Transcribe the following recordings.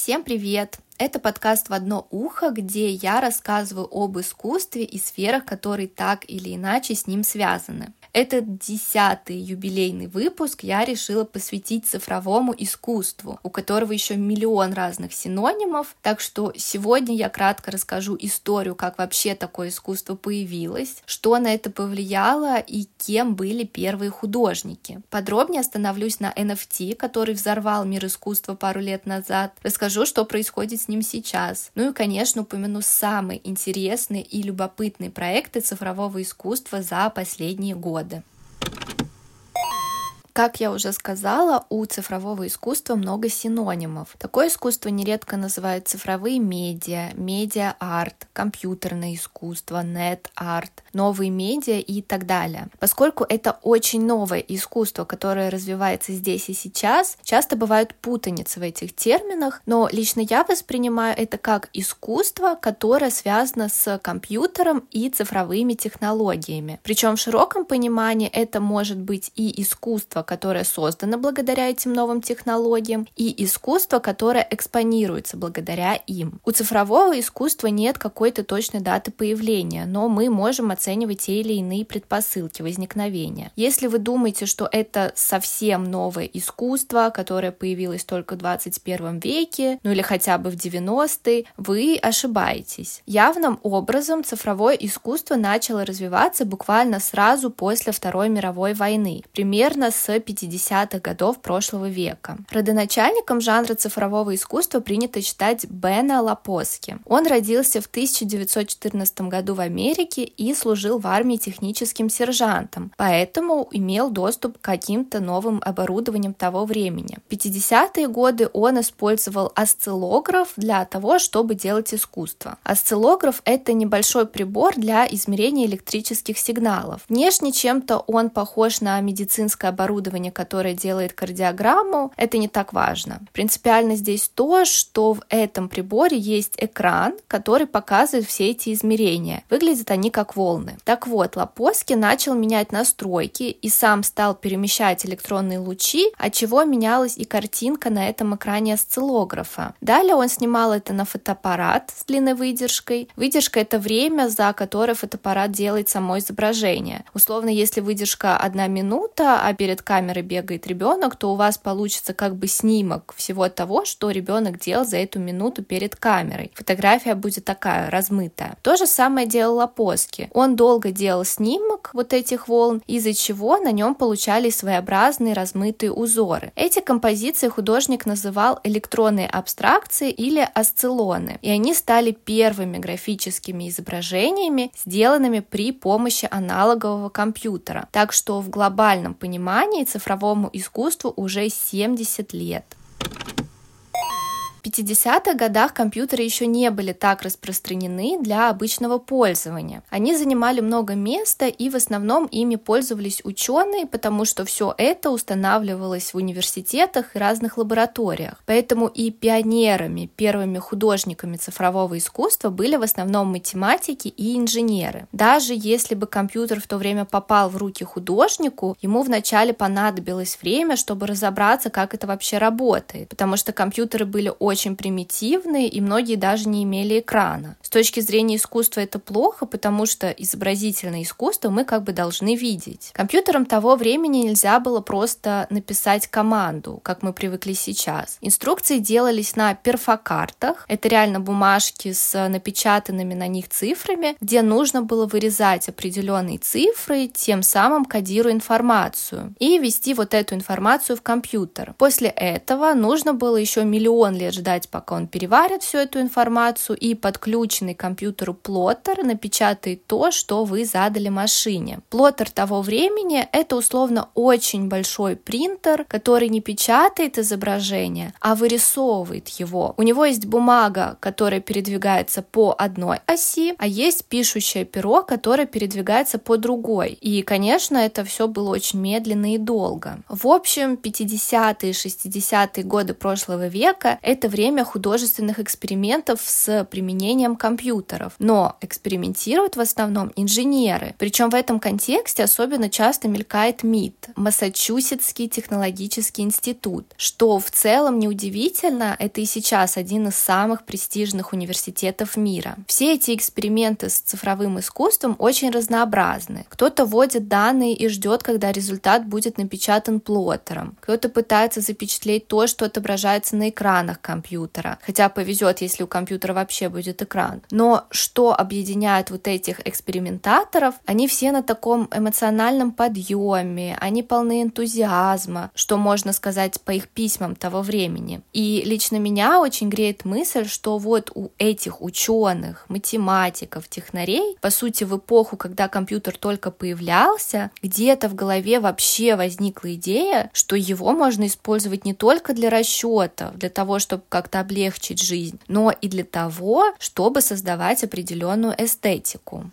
Всем привет! Это подкаст «В одно ухо», где я рассказываю об искусстве и сферах, которые так или иначе с ним связаны. Этот 10-й юбилейный выпуск я решила посвятить цифровому искусству, у которого еще миллион разных синонимов, так что сегодня я кратко расскажу историю, как вообще такое искусство появилось, что на это повлияло и кем были первые художники. Подробнее остановлюсь на NFT, который взорвал мир искусства пару лет назад, расскажу, что происходит с ним сейчас. Ну и, конечно, упомяну самые интересные и любопытные проекты цифрового искусства за последние годы. Как я уже сказала, у цифрового искусства много синонимов. Такое искусство нередко называют цифровые медиа, медиа-арт, компьютерное искусство, нет-арт, новые медиа и так далее. Поскольку это очень новое искусство, которое развивается здесь и сейчас, часто бывают путаницы в этих терминах, но лично я воспринимаю это как искусство, которое связано с компьютером и цифровыми технологиями. Причем в широком понимании это может быть и искусство, которое создано благодаря этим новым технологиям, и искусство, которое экспонируется благодаря им. У цифрового искусства нет какой-то точной даты появления, но мы можем оценивать те или иные предпосылки возникновения. Если вы думаете, что это совсем новое искусство, которое появилось только в 21 веке, ну или хотя бы в 90-е, вы ошибаетесь. Явным образом цифровое искусство начало развиваться буквально сразу после Второй мировой войны, примерно с 50-х годов прошлого века. Родоначальником жанра цифрового искусства принято считать Бена Лапоски. Он родился в 1914 году в Америке и служил в армии техническим сержантом, поэтому имел доступ к каким-то новым оборудованиям того времени. В 50-е годы он использовал осциллограф для того, чтобы делать искусство. Осциллограф — это небольшой прибор для измерения электрических сигналов. Внешне чем-то он похож на медицинское оборудование, которое делает кардиограмму, это не так важно. Принципиально здесь то, что в этом приборе есть экран, который показывает все эти измерения. Выглядят они как волны. Так вот, Лапоски начал менять настройки и сам стал перемещать электронные лучи, отчего менялась и картинка на этом экране осциллографа. Далее он снимал это на фотоаппарат с длинной выдержкой. Выдержка — это время, за которое фотоаппарат делает само изображение. Условно, если выдержка 1 минута, а перед камерой бегает ребенок, то у вас получится как бы снимок всего того, что ребенок делал за эту минуту перед камерой. Фотография будет такая, размытая. То же самое делал Лапоски. Он долго делал снимок вот этих волн, из-за чего на нем получались своеобразные размытые узоры. Эти композиции художник называл электронные абстракции или осциллоны, и они стали первыми графическими изображениями, сделанными при помощи аналогового компьютера. Так что в глобальном понимании цифровому искусству уже 70 лет. В 50-х годах компьютеры еще не были так распространены для обычного пользования. Они занимали много места, и в основном ими пользовались ученые, потому что все это устанавливалось в университетах и разных лабораториях. Поэтому и пионерами, первыми художниками цифрового искусства были в основном математики и инженеры. Даже если бы компьютер в то время попал в руки художнику, ему вначале понадобилось время, чтобы разобраться, как это вообще работает, потому что компьютеры были очень примитивные, и многие даже не имели экрана. С точки зрения искусства это плохо, потому что изобразительное искусство мы как бы должны видеть. Компьютерам того времени нельзя было просто написать команду, как мы привыкли сейчас. Инструкции делались на перфокартах, это реально бумажки с напечатанными на них цифрами, где нужно было вырезать определенные цифры, тем самым кодируя информацию, и ввести вот эту информацию в компьютер. После этого нужно было еще миллион лет ждать, пока он переварит всю эту информацию, и подключенный к компьютеру плоттер напечатает то, что вы задали машине. Плоттер того времени — это условно очень большой принтер, который не печатает изображение, а вырисовывает его. У него есть бумага, которая передвигается по одной оси, а есть пишущее перо, которое передвигается по другой. И, конечно, это все было очень медленно и долго. В общем, 50-е и 60-е годы прошлого века — это время художественных экспериментов с применением компьютеров, но экспериментируют в основном инженеры. Причем в этом контексте особенно часто мелькает МИТ, Массачусетский технологический институт, что в целом неудивительно, это и сейчас один из самых престижных университетов мира. Все эти эксперименты с цифровым искусством очень разнообразны. Кто-то вводит данные и ждет, когда результат будет напечатан плоттером. Кто-то пытается запечатлеть то, что отображается на экранах компьютера, хотя повезет, если у компьютера вообще будет экран. Но что объединяет вот этих экспериментаторов? Они все на таком эмоциональном подъеме, они полны энтузиазма, что можно сказать по их письмам того времени. И лично меня очень греет мысль, что вот у этих ученых, математиков, технарей, по сути, в эпоху, когда компьютер только появлялся, где-то в голове вообще возникла идея, что его можно использовать не только для расчетов, для того, чтобы как-то облегчить жизнь, но и для того, чтобы создавать определенную эстетику.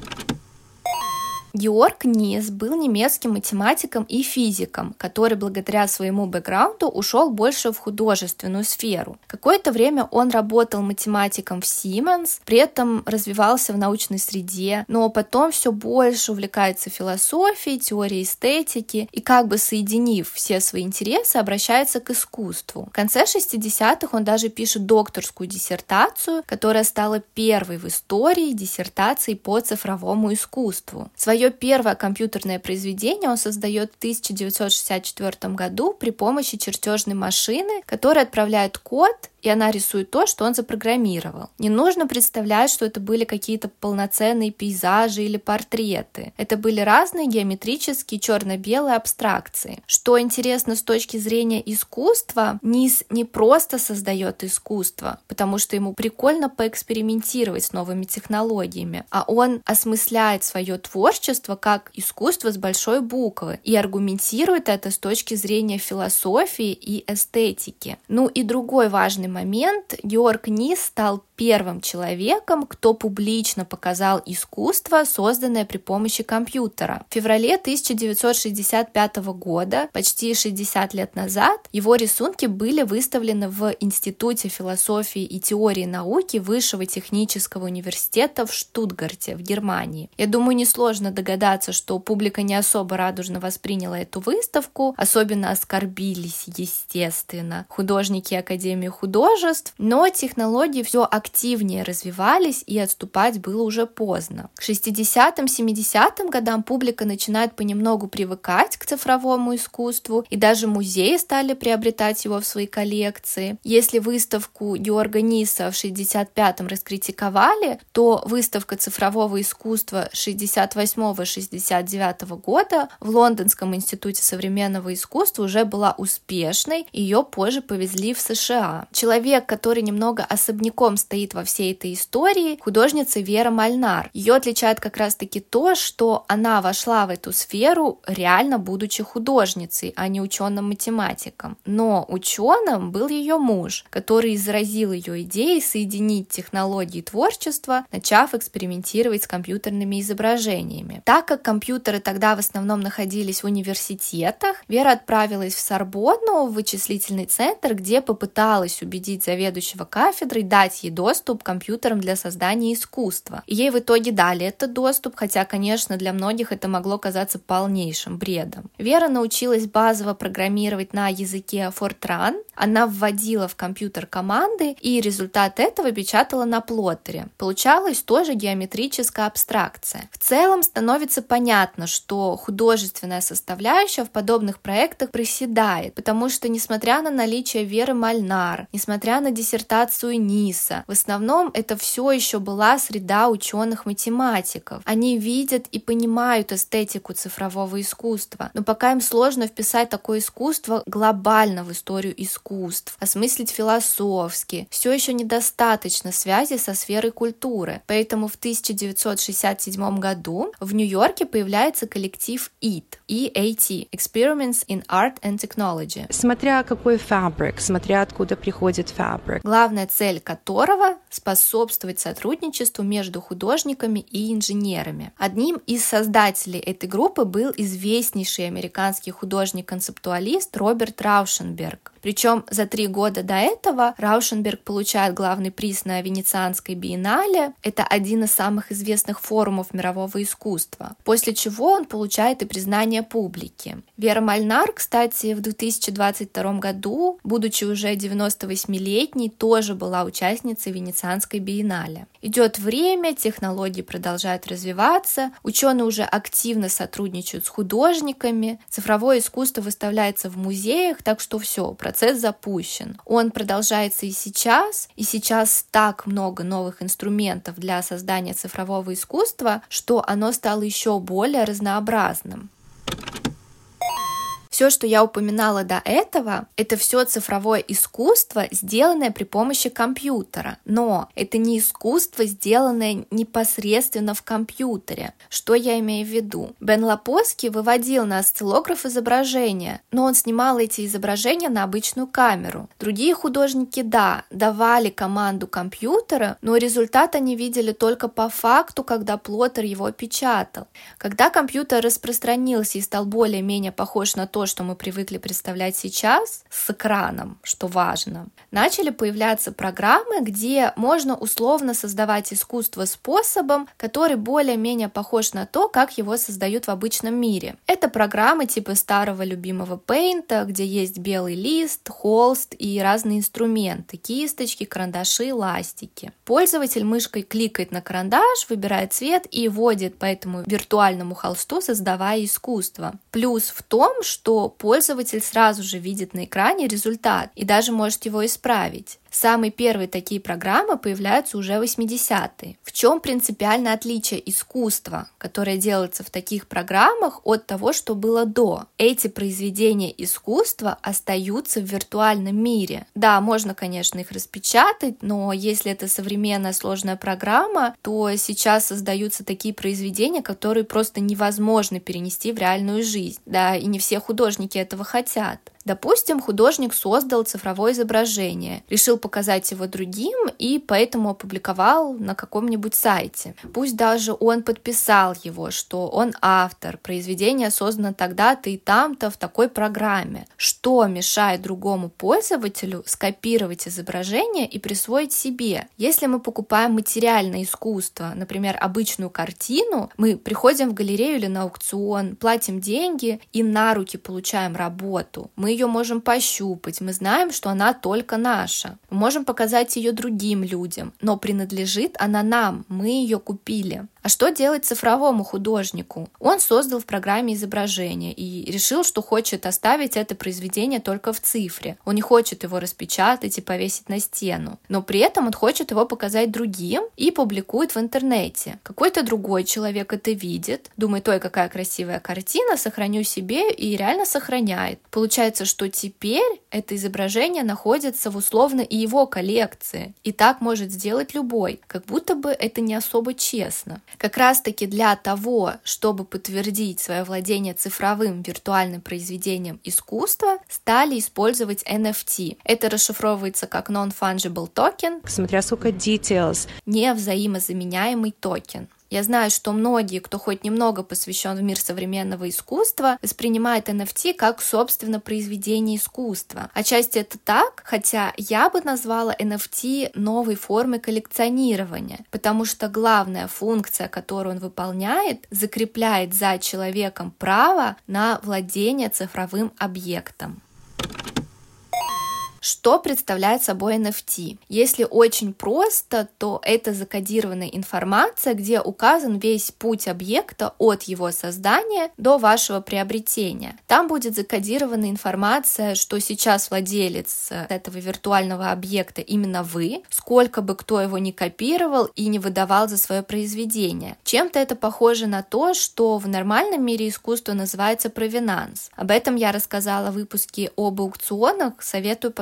Георг Нис был немецким математиком и физиком, который благодаря своему бэкграунду ушел больше в художественную сферу. Какое-то время он работал математиком в Siemens, при этом развивался в научной среде, но потом все больше увлекается философией, теорией эстетики и, как бы соединив все свои интересы, обращается к искусству. В конце 60-х он даже пишет докторскую диссертацию, которая стала первой в истории диссертацией по цифровому искусству. Свое первое компьютерное произведение он создает в 1964 году при помощи чертежной машины, которая отправляет код, и она рисует то, что он запрограммировал. Не нужно представлять, что это были какие-то полноценные пейзажи или портреты. Это были разные геометрические черно-белые абстракции. Что интересно с точки зрения искусства, Нис не просто создает искусство, потому что ему прикольно поэкспериментировать с новыми технологиями, а он осмысляет свое творчество как искусство с большой буквы и аргументирует это с точки зрения философии и эстетики. Ну и другой важный момент. Георг Нис стал первым человеком, кто публично показал искусство, созданное при помощи компьютера. В феврале 1965 года, почти 60 лет назад, его рисунки были выставлены в Институте философии и теории науки Высшего технического университета в Штутгарте, в Германии. Я думаю, несложно догадаться, что публика не особо радужно восприняла эту выставку, особенно оскорбились, естественно, художники Академии художеств, но технологии все активнее развивались, и отступать было уже поздно. К 60-м, 70-м годам публика начинает понемногу привыкать к цифровому искусству, и даже музеи стали приобретать его в свои коллекции. Если выставку Георга Ниса в 65-м раскритиковали, то выставка цифрового искусства 68-69 года в Лондонском институте современного искусства уже была успешной, ее позже повезли в США. Человек, который немного особняком стоит во всей этой истории, художница Вера Мальнар. Ее отличает как раз-таки то, что она вошла в эту сферу реально будучи художницей, а не ученым-математиком. Но ученым был ее муж, который заразил ее идеей соединить технологии творчества, начав экспериментировать с компьютерными изображениями. Так как компьютеры тогда в основном находились в университетах, Вера отправилась в Сорбонну, в вычислительный центр, где попыталась убедить заведующего кафедрой дать ей доступ к компьютерам для создания искусства. И ей в итоге дали этот доступ, хотя, конечно, для многих это могло казаться полнейшим бредом. Вера научилась базово программировать на языке Fortran, она вводила в компьютер команды, и результат этого печатала на плоттере. Получалась тоже геометрическая абстракция. В целом становится понятно, что художественная составляющая в подобных проектах проседает, потому что, несмотря на наличие Веры Мальнар, несмотря на диссертацию Ниса, в основном это все еще была среда ученых-математиков. Они видят и понимают эстетику цифрового искусства, но пока им сложно вписать такое искусство глобально в историю искусств, осмыслить философски. Все еще недостаточно связи со сферой культуры. Поэтому в 1967 году в Нью-Йорке появляется коллектив EAT – Experiments in Art and Technology. Смотря какой фабрик, смотря откуда приходит фабрик. Главная цель которого – способствовать сотрудничеству между художниками и инженерами. Одним из создателей этой группы был известнейший американский художник-концептуалист Роберт Раушенберг. Причем за 3 года до этого Раушенберг получает главный приз на Венецианской биеннале. Это один из самых известных форумов мирового искусства. После чего он получает и признание публики. Вера Мальнар, кстати, в 2022 году, будучи уже 98-летней, тоже была участницей Венецианской биеннале. Идет время, технологии продолжают развиваться, ученые уже активно сотрудничают с художниками, цифровое искусство выставляется в музеях, так что все, процесс запущен. Он продолжается и сейчас так много новых инструментов для создания цифрового искусства, что оно стало еще более разнообразным. Все, что я упоминала до этого, это все цифровое искусство, сделанное при помощи компьютера. Но это не искусство, сделанное непосредственно в компьютере. Что я имею в виду? Бен Лапоски выводил на осциллограф изображения, но он снимал эти изображения на обычную камеру. Другие художники, давали команду компьютера, но результат они видели только по факту, когда плоттер его печатал. Когда компьютер распространился и стал более-менее похож на то, что мы привыкли представлять сейчас, с экраном, что важно, начали появляться программы, где можно условно создавать искусство способом, который более-менее похож на то, как его создают в обычном мире. Это программы типа старого любимого Paint, где есть белый лист, холст и разные инструменты, кисточки, карандаши, ластики. Пользователь мышкой кликает на карандаш, выбирает цвет и вводит по этому виртуальному холсту, создавая искусство. Плюс в том, что пользователь сразу же видит на экране результат и даже может его исправить. Самые первые такие программы появляются уже в 80-е. В чем принципиальное отличие искусства, которое делается в таких программах, от того, что было до? Эти произведения искусства остаются в виртуальном мире. Да, можно, конечно, их распечатать, но если это современная сложная программа, то сейчас создаются такие произведения, которые просто невозможно перенести в реальную жизнь. Да, и не все художники этого хотят. Допустим, художник создал цифровое изображение, решил показать его другим и поэтому опубликовал на каком-нибудь сайте. Пусть даже он подписал его, что он автор, произведение создано тогда-то и там-то в такой программе. Что мешает другому пользователю скопировать изображение и присвоить себе? Если мы покупаем материальное искусство, например, обычную картину, мы приходим в галерею или на аукцион, платим деньги и на руки получаем работу. Мы ее можем пощупать, мы знаем, что она только наша. Мы можем показать ее другим людям, но принадлежит она нам, мы ее купили. А что делать цифровому художнику? Он создал в программе изображение и решил, что хочет оставить это произведение только в цифре. Он не хочет его распечатать и повесить на стену, но при этом он хочет его показать другим и публикует в интернете. Какой-то другой человек это видит, думает: ой, какая красивая картина, сохраню себе, и реально сохраняет. Получается, что теперь это изображение находится в условно и его коллекции. И так может сделать любой, как будто бы это не особо честно. Как раз-таки для того, чтобы подтвердить свое владение цифровым виртуальным произведением искусства, стали использовать NFT. Это расшифровывается как Non-Fungible Token, Смотря сколько details. невзаимозаменяемый токен. Я знаю, что многие, кто хоть немного посвящен в мир современного искусства, воспринимают NFT как, собственно, произведение искусства. Отчасти это так, хотя я бы назвала NFT новой формой коллекционирования, потому что главная функция, которую он выполняет, закрепляет за человеком право на владение цифровым объектом. Что представляет собой NFT? Если очень просто, то это закодированная информация, где указан весь путь объекта от его создания до вашего приобретения. Там будет закодирована информация, что сейчас владелец этого виртуального объекта именно вы, сколько бы кто его ни копировал и не выдавал за свое произведение. Чем-то это похоже на то, что в нормальном мире искусства называется провинанс. Об этом я рассказала в выпуске об аукционах, советую послушать.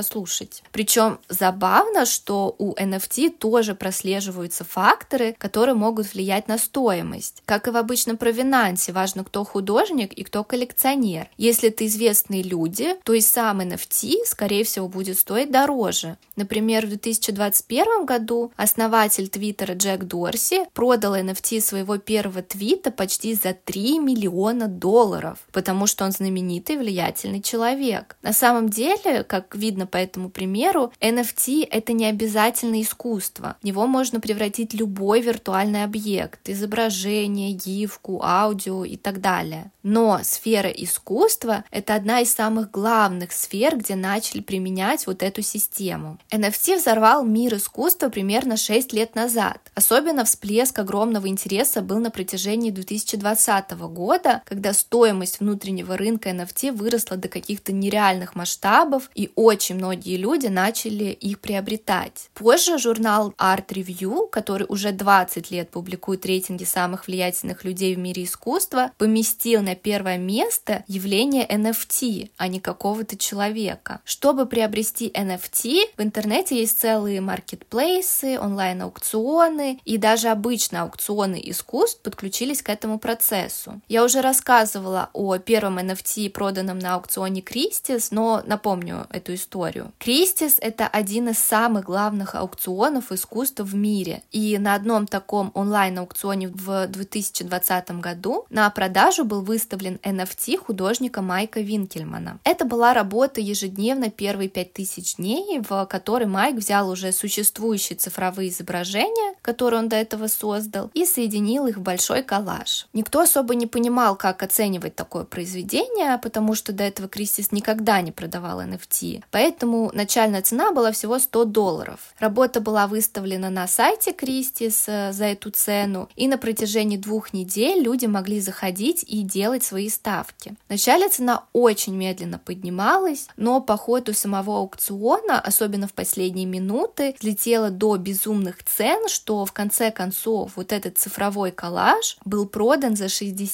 послушать. Причем забавно, что у NFT тоже прослеживаются факторы, которые могут влиять на стоимость. Как и в обычном провинансе, важно, кто художник и кто коллекционер. Если это известные люди, то и сам NFT, скорее всего, будет стоить дороже. Например, в 2021 году основатель Твиттера Джек Дорси продал NFT своего первого твита почти за $3 миллиона, потому что он знаменитый, влиятельный человек. На самом деле, как видно по этому примеру, NFT — это не обязательно искусство. В него можно превратить любой виртуальный объект — изображение, гифку, аудио и так далее. Но сфера искусства — это одна из самых главных сфер, где начали применять вот эту систему. NFT взорвал мир искусства примерно 6 лет назад. Особенно всплеск огромного интереса был на протяжении 2020 года, когда стоимость внутреннего рынка NFT выросла до каких-то нереальных масштабов, и очень многие люди начали их приобретать. Позже журнал Art Review, который уже 20 лет публикует рейтинги самых влиятельных людей в мире искусства, поместил на первое место явление NFT, а не какого-то человека. Чтобы приобрести NFT, в интернете есть целые маркетплейсы, онлайн-аукционы, и даже обычные аукционы искусств подключились к этому процессу. Я уже рассказывала о первом NFT, проданном на аукционе Christie's, но напомню эту историю. Christie's — это один из самых главных аукционов искусства в мире, и на одном таком онлайн-аукционе в 2020 году на продажу был выставлен NFT художника Майка Винкельмана. Это была работа ежедневно первые 5000 дней, в которой Майк взял уже существующие цифровые изображения, которые он до этого создал, и соединил их в большой коллаж. Никто особо не понимал, как оценивать такое произведение, потому что до этого Christie's никогда не продавал NFT, поэтому начальная цена была всего $100. Работа была выставлена на сайте Christie's за эту цену, и на протяжении 2 недель люди могли заходить и делать свои ставки. Вначале цена очень медленно поднималась, но по ходу самого аукциона, особенно в последние минуты, взлетела до безумных цен, что в конце концов вот этот цифровой коллаж был продан за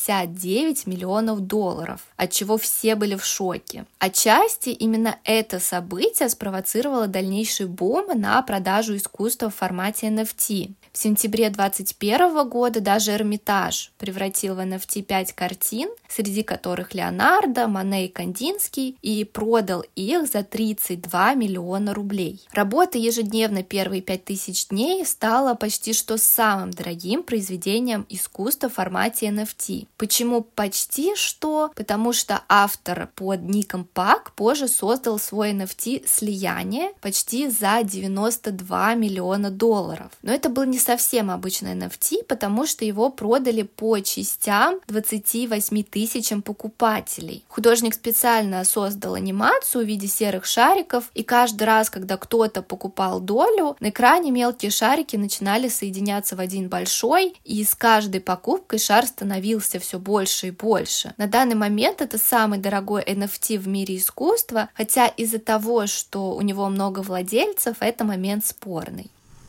$69 миллионов, от чего все были в шоке. Отчасти именно это событие спровоцировало дальнейший бум на продажу искусства в формате NFT. В сентябре 2021 года даже Эрмитаж превратил в NFT 5 картин, среди которых Леонардо, Моне и Кандинский, и продал их за $32 миллиона. Работа ежедневно первые 5000 дней стала почти что самым дорогим произведением искусства в формате NFT. Почему почти что? Потому что автор под ником Пак позже создал свой NFT «Слияние» почти за $92 миллиона. Но это был не совсем обычный NFT, потому что его продали по частям 28 тысячам покупателей. Художник специально создал анимацию в виде серых шариков, и каждый раз, когда кто-то покупал долю, на экране мелкие шарики начинали соединяться в один большой, и с каждой покупкой шар становился все больше и больше. На данный момент это самый дорогой NFT в мире искусства, хотя из-за того, что у него много владельцев, это момент спорный.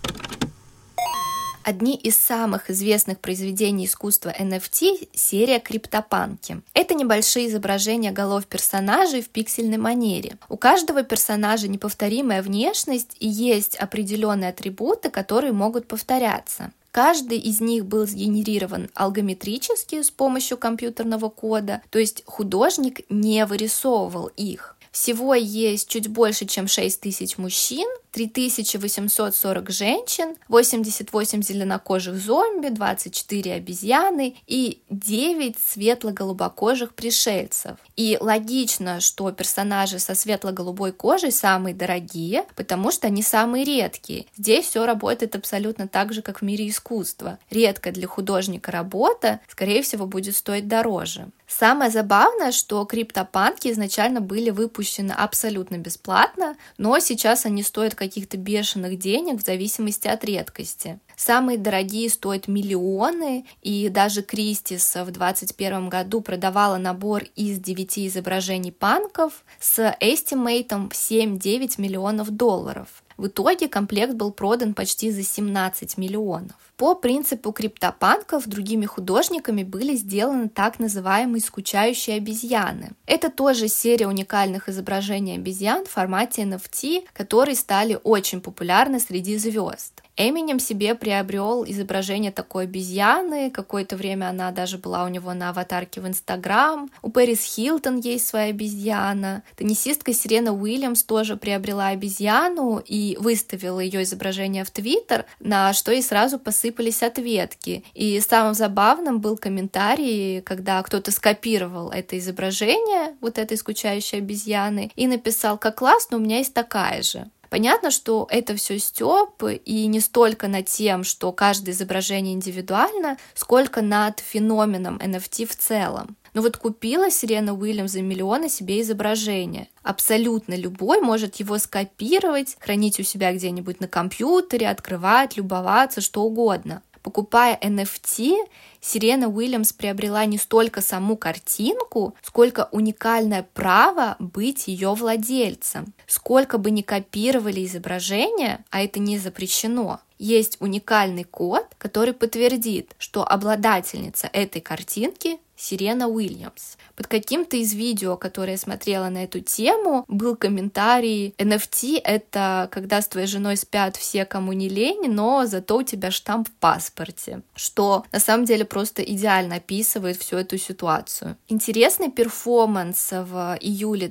Одни из самых известных произведений искусства NFT — серия «Криптопанки». Это небольшие изображения голов персонажей в пиксельной манере. У каждого персонажа неповторимая внешность и есть определенные атрибуты, которые могут повторяться. Каждый из них был сгенерирован алгоритмически с помощью компьютерного кода, то есть художник не вырисовывал их. Всего есть чуть больше, чем 6000 мужчин, 3840 женщин, 88 зеленокожих зомби, 24 обезьяны и 9 светло-голубокожих пришельцев. И логично, что персонажи со светло-голубой кожей самые дорогие, потому что они самые редкие. Здесь все работает абсолютно так же, как в мире искусства. Редкая для художника работа, скорее всего, будет стоить дороже. Самое забавное, что криптопанки изначально были выпущены абсолютно бесплатно, но сейчас они стоят каких-то бешеных денег в зависимости от редкости. Самые дорогие стоят миллионы, и даже Кристис в 2021 году продавала набор из 9 изображений панков с эстимейтом в 7-9 миллионов долларов. В итоге комплект был продан почти за 17 миллионов. По принципу криптопанков другими художниками были сделаны так называемые скучающие обезьяны. Это тоже серия уникальных изображений обезьян в формате NFT, которые стали очень популярны среди звезд. Эминем себе приобрел изображение такой обезьяны, какое-то время она даже была у него на аватарке в Инстаграм. У Пэрис Хилтон есть своя обезьяна. Теннисистка Серена Уильямс тоже приобрела обезьяну и выставила ее изображение в Твиттер, на что ей сразу посыпались ответки. И самым забавным был комментарий, когда кто-то скопировал это изображение вот этой скучающей обезьяны и написал: «Как классно, у меня есть такая же». Понятно, что это все стёб, и не столько над тем, что каждое изображение индивидуально, сколько над феноменом NFT в целом. Но вот купила Серена Уильямс за миллионы себе изображение. Абсолютно любой может его скопировать, хранить у себя где-нибудь на компьютере, открывать, любоваться, что угодно. Покупая NFT, Серена Уильямс приобрела не столько саму картинку, сколько уникальное право быть ее владельцем. Сколько бы ни копировали изображение, а это не запрещено, есть уникальный код, который подтвердит, что обладательница этой картинки Серена Уильямс. Под каким-то из видео, которое я смотрела на эту тему, был комментарий: NFT — это когда с твоей женой спят все, кому не лень, но зато у тебя штамп в паспорте, что на самом деле просто идеально описывает всю эту ситуацию. Интересный перформанс в июле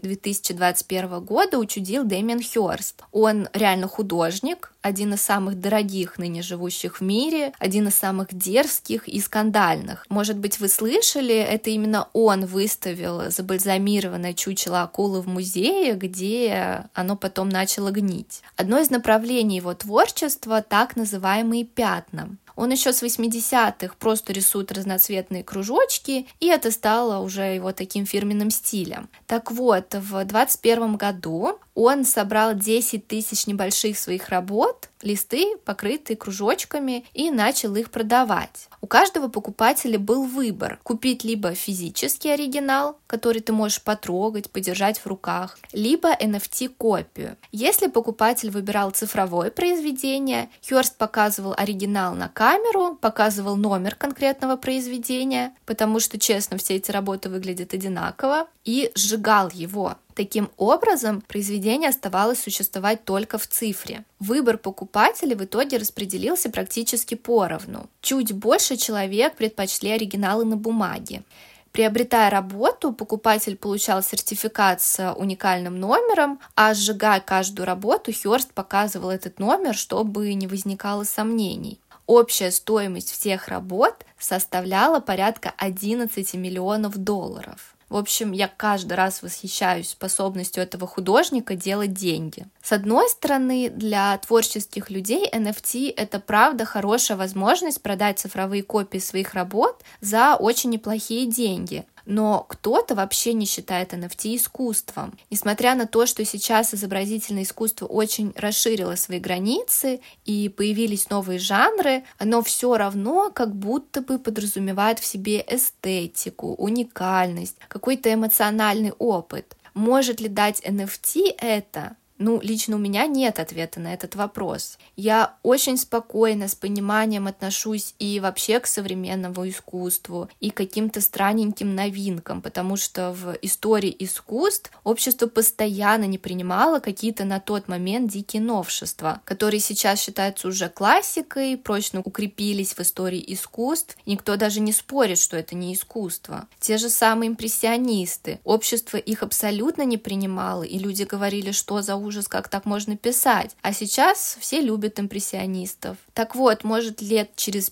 2021 года учудил Дэмиан Хёрст. Он реально художник, один из самых дорогих ныне живущих в мире, один из самых дерзких и скандальных. Может быть, вы слышали, это именно он выставил забальзамированное чучело акулы в музее, где оно потом начало гнить. Одно из направлений его творчества — так называемые пятна. Он еще с 80-х просто рисует разноцветные кружочки, и это стало уже его таким фирменным стилем. Так вот, в 2021 году он собрал 10 тысяч небольших своих работ, листы, покрытые кружочками, и начал их продавать. У каждого покупателя был выбор: купить либо физический оригинал, который ты можешь потрогать, подержать в руках, либо NFT-копию. Если покупатель выбирал цифровое произведение, Хёрст показывал оригинал на камеру, показывал номер конкретного произведения, потому что, честно, все эти работы выглядят одинаково, и сжигал его. Таким образом, произведение оставалось существовать только в цифре. Выбор покупателей в итоге распределился практически поровну. Чуть больше человек предпочли оригиналы на бумаге. Приобретая работу, покупатель получал сертификат с уникальным номером, а сжигая каждую работу, Хёрст показывал этот номер, чтобы не возникало сомнений. Общая стоимость всех работ составляла порядка 11 миллионов долларов. В общем, я каждый раз восхищаюсь способностью этого художника делать деньги. С одной стороны, для творческих людей NFT — это правда хорошая возможность продать цифровые копии своих работ за очень неплохие деньги. Но кто-то вообще не считает NFT искусством. Несмотря на то, что сейчас изобразительное искусство очень расширило свои границы и появились новые жанры, оно все равно как будто бы подразумевает в себе эстетику, уникальность, какой-то эмоциональный опыт. Может ли дать NFT это? Лично у меня нет ответа на этот вопрос. Я очень спокойно, с пониманием отношусь и вообще к современному искусству, и к каким-то странненьким новинкам, потому что в истории искусств общество постоянно не принимало какие-то на тот момент дикие новшества, которые сейчас считаются уже классикой, прочно укрепились в истории искусств. Никто даже не спорит, что это не искусство. Те же самые импрессионисты. Общество их абсолютно не принимало, и люди говорили, что за ужас, как так можно писать. А сейчас все любят импрессионистов. Так вот, может, лет через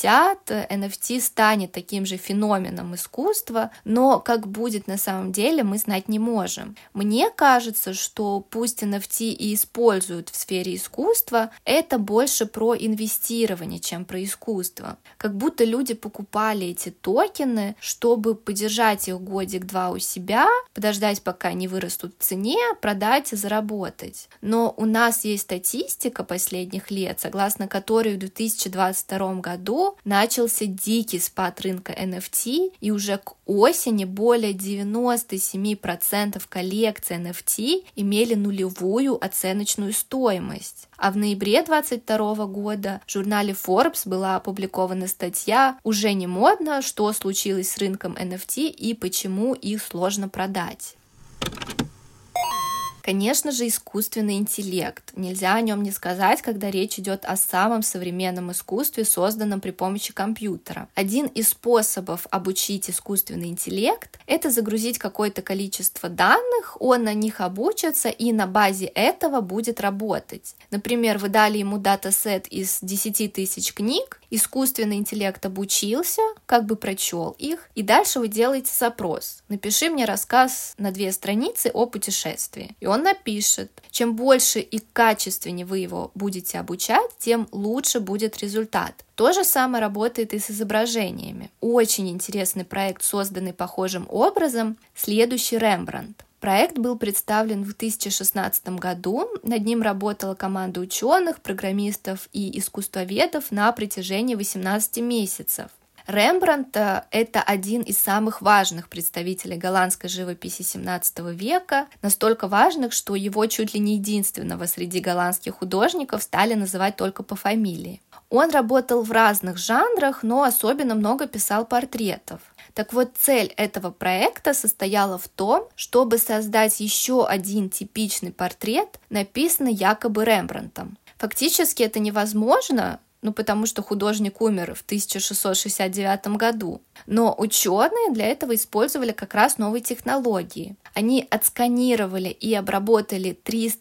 50 NFT станет таким же феноменом искусства, но как будет на самом деле, мы знать не можем. Мне кажется, что пусть NFT и используют в сфере искусства, это больше про инвестирование, чем про искусство. Как будто люди покупали эти токены, чтобы подержать их годик-два у себя, подождать, пока они вырастут в цене, продать и заработать. работать. Но у нас есть статистика последних лет, согласно которой в 2022 году начался дикий спад рынка NFT, и уже к осени более 97% коллекций NFT имели нулевую оценочную стоимость. А в ноябре 2022 года в журнале Forbes была опубликована статья «Уже не модно. Что случилось с рынком NFT и почему их сложно продать». Конечно же, искусственный интеллект. Нельзя о нем не сказать, когда речь идет о самом современном искусстве, созданном при помощи компьютера. Один из способов обучить искусственный интеллект — это загрузить какое-то количество данных, он на них обучится и на базе этого будет работать. Например, вы дали ему датасет из 10 тысяч книг, искусственный интеллект обучился, как бы прочел их, и дальше вы делаете запрос. Напиши мне рассказ на 2 страницы о путешествии. И он напишет. Чем больше и качественнее вы его будете обучать, тем лучше будет результат. То же самое работает и с изображениями. Очень интересный проект, созданный похожим образом, следующий Рембрандт. Проект был представлен в 2016 году, над ним работала команда ученых, программистов и искусствоведов на протяжении 18 месяцев. Рембрандт — это один из самых важных представителей голландской живописи XVII века, настолько важных, что его чуть ли не единственного среди голландских художников стали называть только по фамилии. Он работал в разных жанрах, но особенно много писал портретов. Так вот, цель этого проекта состояла в том, чтобы создать еще один типичный портрет, написанный якобы Рембрандтом. Фактически это невозможно, потому что художник умер в 1669 году. Но ученые для этого использовали как раз новые технологии. Они отсканировали и обработали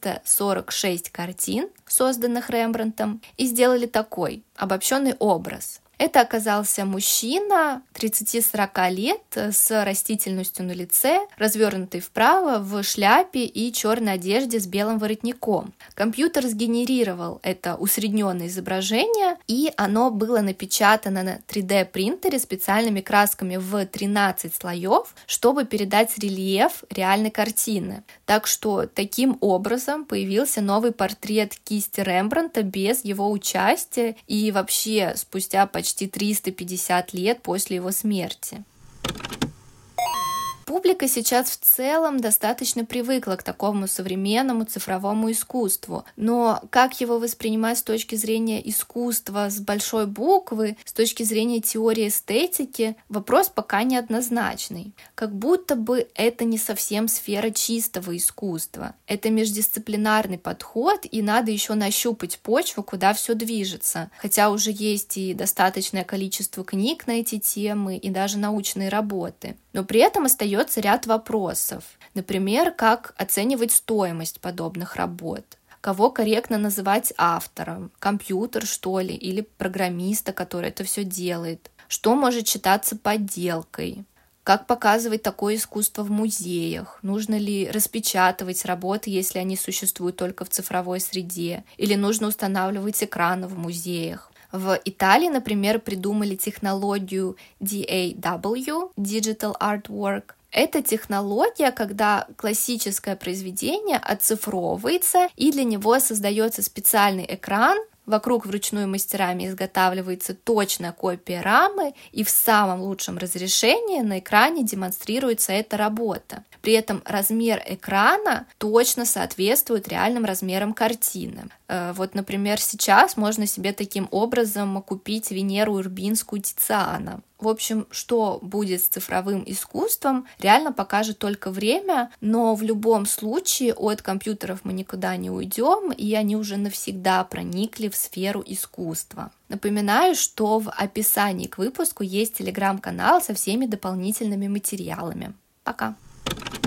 346 картин, созданных Рембрандтом, и сделали такой обобщенный образ. Это оказался мужчина 30-40 лет с растительностью на лице, развернутый вправо, в шляпе и черной одежде с белым воротником. Компьютер сгенерировал это усредненное изображение, и оно было напечатано на 3D-принтере специальными красками в 13 слоев, чтобы передать рельеф реальной картины. Так что таким образом появился новый портрет кисти Рембрандта без его участия и вообще спустя почти 350 лет после его смерти. Публика сейчас в целом достаточно привыкла к такому современному цифровому искусству, но как его воспринимать с точки зрения искусства с большой буквы, с точки зрения теории эстетики, вопрос пока неоднозначный. Как будто бы это не совсем сфера чистого искусства. Это междисциплинарный подход, и надо еще нащупать почву, куда все движется. Хотя уже есть и достаточное количество книг на эти темы, и даже научные работы. Но при этом остается ряд вопросов. Например, как оценивать стоимость подобных работ? Кого корректно называть автором? Компьютер, что ли? Или программиста, который это все делает? Что может считаться подделкой? Как показывать такое искусство в музеях? Нужно ли распечатывать работы, если они существуют только в цифровой среде? Или нужно устанавливать экраны в музеях? В Италии, например, придумали технологию DAW, Digital Artwork. Это технология, когда классическое произведение оцифровывается, и для него создается специальный экран, вокруг вручную мастерами изготавливается точная копия рамы, и в самом лучшем разрешении на экране демонстрируется эта работа. При этом размер экрана точно соответствует реальным размерам картины. Вот, например, сейчас можно себе таким образом купить Венеру Урбинскую Тициана. В общем, что будет с цифровым искусством, реально покажет только время, но в любом случае от компьютеров мы никуда не уйдем, и они уже навсегда проникли в сферу искусства. Напоминаю, что в описании к выпуску есть телеграм-канал со всеми дополнительными материалами. Пока!